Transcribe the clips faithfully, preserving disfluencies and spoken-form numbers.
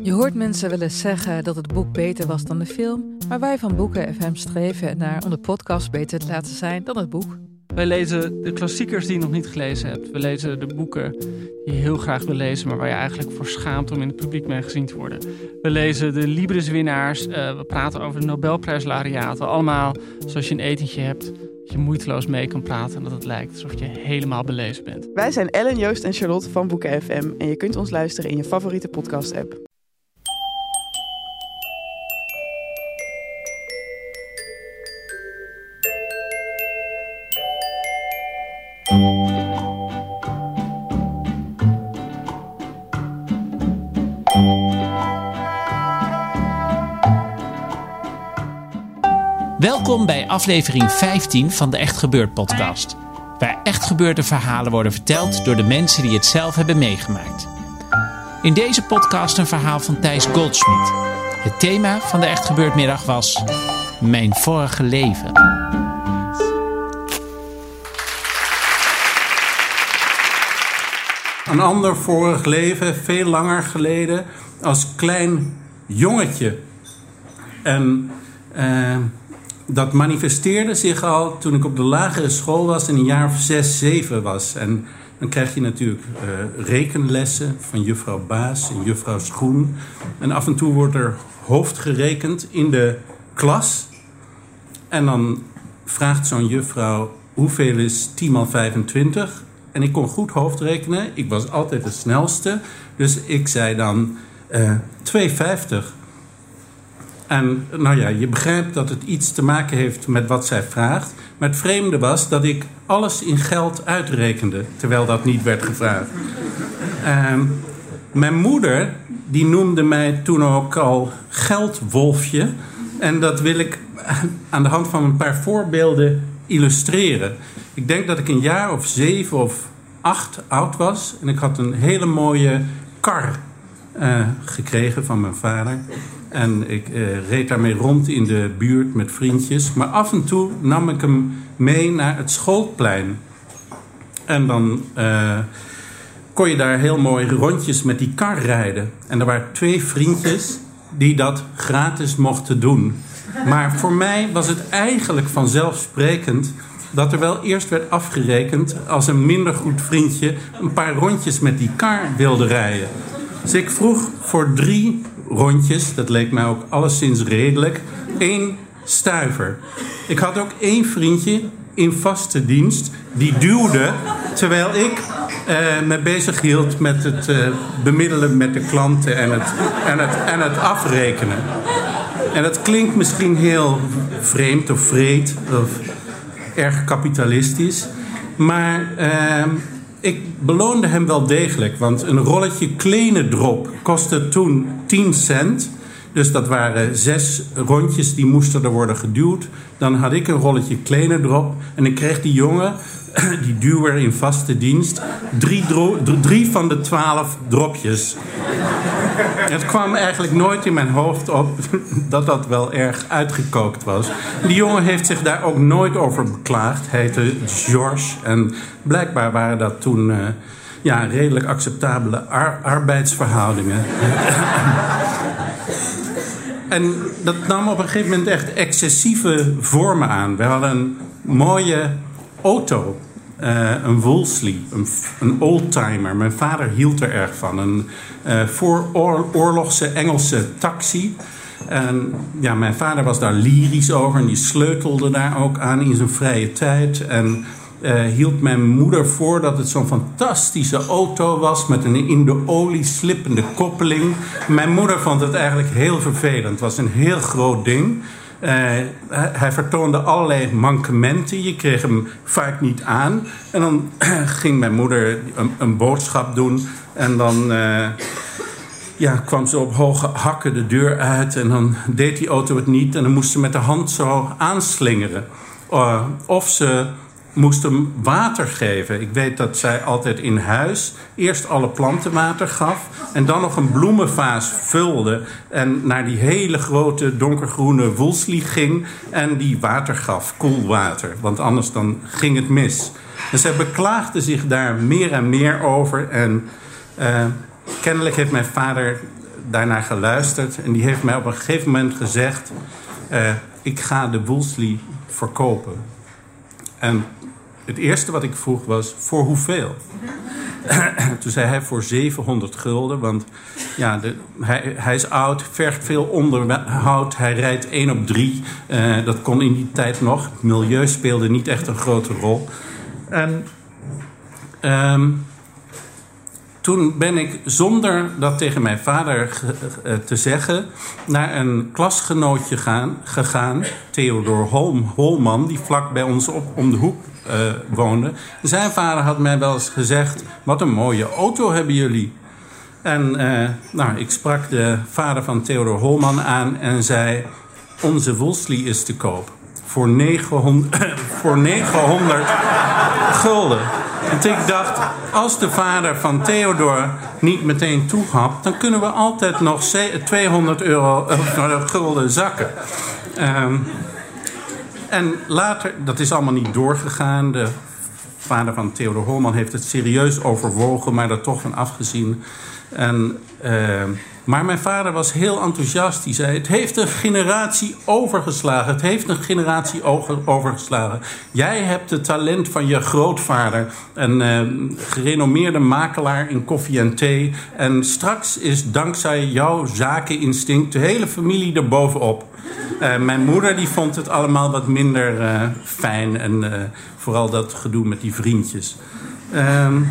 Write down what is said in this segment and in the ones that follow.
Je hoort mensen wel eens zeggen dat het boek beter was dan de film, maar wij van Boeken F M streven ernaar om de podcast beter te laten zijn dan het boek. Wij lezen de klassiekers die je nog niet gelezen hebt. We lezen de boeken die je heel graag wil lezen, maar waar je eigenlijk voor schaamt om in het publiek mee gezien te worden. We lezen de Libris-winnaars. Uh, we praten over de Nobelprijslaureaten. Allemaal zoals je een etentje hebt, dat je moeiteloos mee kan praten en dat het lijkt alsof je helemaal belezen bent. Wij zijn Ellen, Joost en Charlotte van Boeken F M en je kunt ons luisteren in je favoriete podcast-app. Welkom bij aflevering vijftien van de Echt Gebeurd podcast. Waar echt gebeurde verhalen worden verteld door de mensen die het zelf hebben meegemaakt. In deze podcast een verhaal van Thijs Goldsmit. Het thema van de Echt Gebeurd middag was Mijn vorige leven. Een ander vorig leven, veel langer geleden, als klein jongetje. En uh, dat manifesteerde zich al toen ik op de lagere school was en een jaar of zes, zeven was. En dan krijg je natuurlijk uh, rekenlessen van juffrouw Baas en juffrouw Schoen. En af en toe wordt er hoofdgerekend in de klas. En dan vraagt zo'n juffrouw, hoeveel is tien maal vijfentwintig? En ik kon goed hoofdrekenen. Ik was altijd de snelste. Dus ik zei dan uh, twee vijftig. En nou ja, je begrijpt dat het iets te maken heeft met wat zij vraagt. Maar het vreemde was dat ik alles in geld uitrekende, terwijl dat niet werd gevraagd. Uh, mijn moeder, die noemde mij toen ook al geldwolfje. En dat wil ik aan de hand van een paar voorbeelden illustreren. Ik denk dat ik een jaar of zeven of acht oud was. En ik had een hele mooie kar uh, gekregen van mijn vader. En ik uh, reed daarmee rond in de buurt met vriendjes. Maar af en toe nam ik hem mee naar het schoolplein. En dan uh, kon je daar heel mooi rondjes met die kar rijden. En er waren twee vriendjes die dat gratis mochten doen. Maar voor mij was het eigenlijk vanzelfsprekend dat er wel eerst werd afgerekend als een minder goed vriendje een paar rondjes met die kar wilde rijden. Dus ik vroeg voor drie rondjes, dat leek mij ook alleszins redelijk, één stuiver. Ik had ook één vriendje in vaste dienst die duwde terwijl ik uh, me bezig hield met het uh, bemiddelen met de klanten en het, en, het, en het afrekenen. En dat klinkt misschien heel vreemd of vreed of erg kapitalistisch. Maar uh, ik beloonde hem wel degelijk. Want een rolletje klenendrop kostte toen tien cent. Dus dat waren zes rondjes die moesten er worden geduwd. Dan had ik een rolletje klenendrop. En ik kreeg die jongen, die duwer in vaste dienst, drie, dro- drie van de twaalf dropjes. Het kwam eigenlijk nooit in mijn hoofd op dat dat wel erg uitgekookt was. Die jongen heeft zich daar ook nooit over beklaagd. Hij heette George. En blijkbaar waren dat toen uh, ja, redelijk acceptabele ar- arbeidsverhoudingen. En dat nam op een gegeven moment echt excessieve vormen aan. We hadden een mooie auto. Uh, een Wolseley, een, een oldtimer. Mijn vader hield er erg van. Een uh, vooroorlogse Engelse taxi. En ja, mijn vader was daar lyrisch over en die sleutelde daar ook aan in zijn vrije tijd. En uh, hield mijn moeder voor dat het zo'n fantastische auto was met een in de olie slippende koppeling. Mijn moeder vond het eigenlijk heel vervelend. Het was een heel groot ding. Uh, hij vertoonde allerlei mankementen. Je kreeg hem vaak niet aan. En dan ging mijn moeder een, een boodschap doen. En dan uh, ja, kwam ze op hoge hakken de deur uit. En dan deed die auto het niet. En dan moest ze met de hand zo aanslingeren. Uh, of ze moest hem water geven. Ik weet dat zij altijd in huis eerst alle planten water gaf en dan nog een bloemenvaas vulde en naar die hele grote donkergroene Wolseley ging en die water gaf, koel water, want anders dan ging het mis. En zij beklaagde zich daar meer en meer over en uh, kennelijk heeft mijn vader daarnaar geluisterd. En die heeft mij op een gegeven moment gezegd... Uh, ik ga de Wolseley verkopen. En het eerste wat ik vroeg was, voor hoeveel? Toen zei hij voor zevenhonderd gulden. Want ja, de, hij, hij is oud, vergt veel onderhoud. Hij rijdt één op drie. Uh, dat kon in die tijd nog. Het milieu speelde niet echt een grote rol. En um, toen ben ik, zonder dat tegen mijn vader ge, uh, te zeggen... naar een klasgenootje gaan, gegaan, Theodor Holm, Holman... die vlak bij ons op, om de hoek uh, woonde. Zijn vader had mij wel eens gezegd... wat een mooie auto hebben jullie. En uh, nou, ik sprak de vader van Theodor Holman aan en zei... onze Wolseley is te koop. Voor negenhonderd, voor negenhonderd gulden. Want ik dacht, als de vader van Theodor niet meteen toegapt... dan kunnen we altijd nog tweehonderd euro uh, gulden zakken. Um, en later, dat is allemaal niet doorgegaan. De vader van Theodor Holman heeft het serieus overwogen... maar er toch van afgezien. En... Uh, Maar mijn vader was heel enthousiast. Die zei, het heeft een generatie overgeslagen. Het heeft een generatie overgeslagen. Jij hebt het talent van je grootvader. Een uh, gerenommeerde makelaar in koffie en thee. En straks is dankzij jouw zakeninstinct de hele familie erbovenop. Uh, mijn moeder die vond het allemaal wat minder uh, fijn. En uh, vooral dat gedoe met die vriendjes. Um,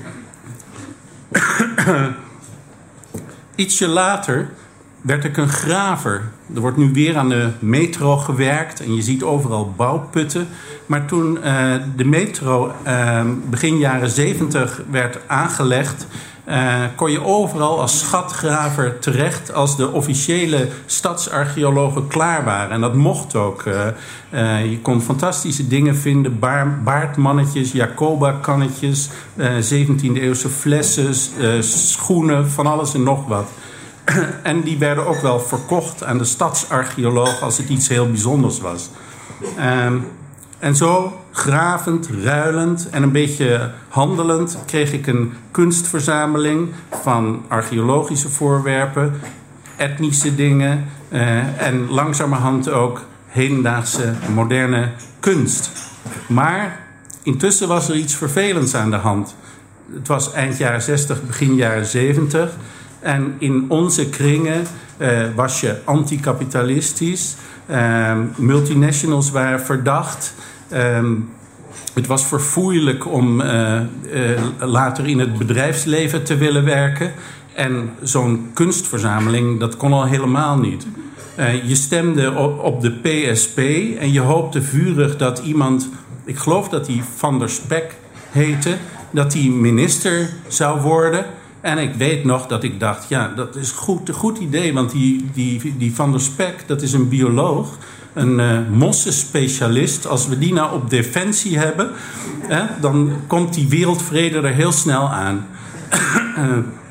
Ietsje later werd ik een graver. Er wordt nu weer aan de metro gewerkt en je ziet overal bouwputten. Maar toen uh, de metro uh, begin jaren zeventig werd aangelegd... Uh, kon je overal als schatgraver terecht als de officiële stadsarcheologen klaar waren. En dat mocht ook. Uh, uh, je kon fantastische dingen vinden. Baar, baardmannetjes, Jacoba-kannetjes, uh, zeventiende-eeuwse flessen, uh, schoenen, van alles en nog wat. En die werden ook wel verkocht aan de stadsarcheoloog als het iets heel bijzonders was. Uh, En zo, gravend, ruilend en een beetje handelend... kreeg ik een kunstverzameling van archeologische voorwerpen... etnische dingen uh, en langzamerhand ook hedendaagse, moderne kunst. Maar intussen was er iets vervelends aan de hand. Het was eind jaren zestig, begin jaren zeventig... En in onze kringen uh, was je anticapitalistisch... Uh, multinationals waren verdacht... Um, het was verfoeilijk om uh, uh, later in het bedrijfsleven te willen werken. En zo'n kunstverzameling, dat kon al helemaal niet. Uh, je stemde op, op de P S P en je hoopte vurig dat iemand... ik geloof dat hij Van der Spek heette... dat hij minister zou worden... En ik weet nog dat ik dacht, ja, dat is goed, een goed idee... want die, die, die Van der Spek, dat is een bioloog... een uh, mossenspecialist. Als we die nou op defensie hebben... Hè, dan komt die wereldvrede er heel snel aan. uh,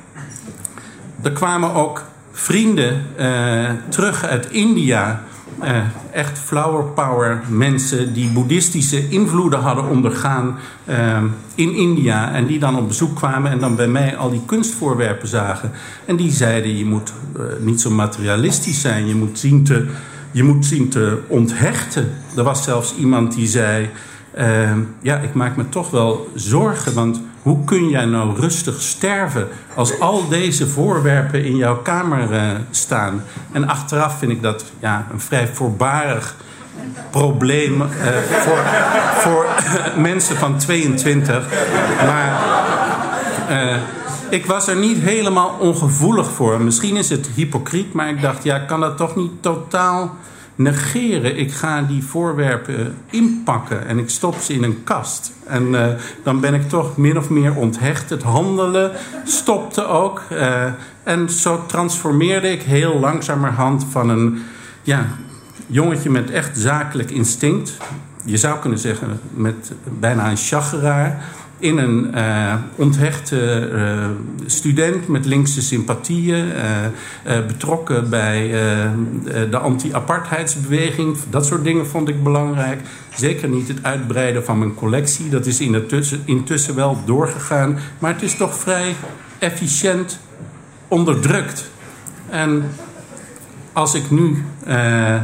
er kwamen ook vrienden uh, terug uit India... Uh, echt flower power mensen die boeddhistische invloeden hadden ondergaan uh, in India. En die dan op bezoek kwamen en dan bij mij al die kunstvoorwerpen zagen. En die zeiden, je moet uh, niet zo materialistisch zijn. Je moet zien te, je moet zien te onthechten. Er was zelfs iemand die zei... Uh, ja, ik maak me toch wel zorgen, want hoe kun jij nou rustig sterven als al deze voorwerpen in jouw kamer uh, staan? En achteraf vind ik dat ja, een vrij voorbarig probleem uh, voor, voor uh, mensen van tweeëntwintig. Maar uh, ik was er niet helemaal ongevoelig voor. Misschien is het hypocriet, maar ik dacht, ja, ik kan dat toch niet totaal... negeren. Ik ga die voorwerpen inpakken en ik stop ze in een kast. En uh, dan ben ik toch min of meer onthecht. Het handelen stopte ook. Uh, en zo transformeerde ik heel langzamerhand van een ja, jongetje met echt zakelijk instinct. Je zou kunnen zeggen met bijna een chageraar. In een uh, onthechte uh, student met linkse sympathieën. Uh, uh, betrokken bij uh, de anti-apartheidsbeweging. Dat soort dingen vond ik belangrijk. Zeker niet het uitbreiden van mijn collectie. Dat is intussen, intussen wel doorgegaan. Maar het is toch vrij efficiënt onderdrukt. En als ik nu uh,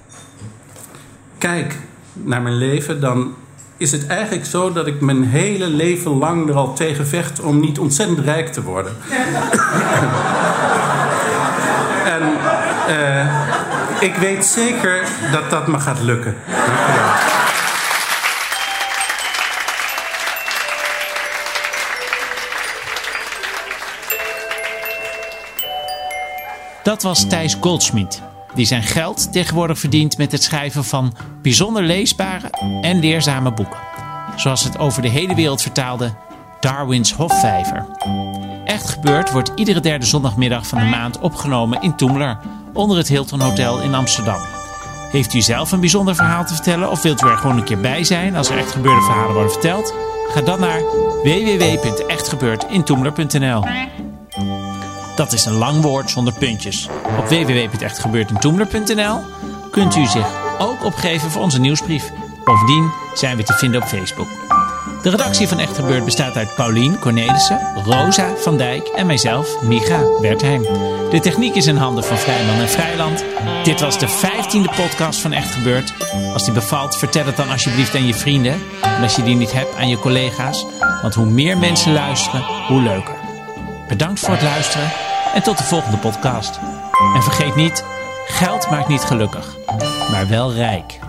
kijk naar mijn leven, dan is het eigenlijk zo dat ik mijn hele leven lang er al tegen vecht om niet ontzettend rijk te worden. En uh, ik weet zeker dat dat me gaat lukken. Dankjewel. Dat was Thijs Goldschmidt, die zijn geld tegenwoordig verdient met het schrijven van bijzonder leesbare en leerzame boeken. Zoals het over de hele wereld vertaalde Darwins Hofvijver. Echt Gebeurd wordt iedere derde zondagmiddag van de maand opgenomen in Toemler, onder het Hilton Hotel in Amsterdam. Heeft u zelf een bijzonder verhaal te vertellen of wilt u er gewoon een keer bij zijn als er echt gebeurde verhalen worden verteld? Ga dan naar w w w punt echt gebeurd in toemler punt n l. Dat is een lang woord zonder puntjes. Op w w w punt echt gebeurd in toemler punt n l kunt u zich ook opgeven voor onze nieuwsbrief. Bovendien zijn we te vinden op Facebook. De redactie van Echt Gebeurd bestaat uit Paulien Cornelissen, Rosa van Dijk en mijzelf, Micha Wertheim. De techniek is in handen van Vrijman en Vrijland. Dit was de vijftiende podcast van Echt Gebeurd. Als die bevalt, vertel het dan alsjeblieft aan je vrienden. En als je die niet hebt, aan je collega's. Want hoe meer mensen luisteren, hoe leuker. Bedankt voor het luisteren en tot de volgende podcast. En vergeet niet, geld maakt niet gelukkig, maar wel rijk.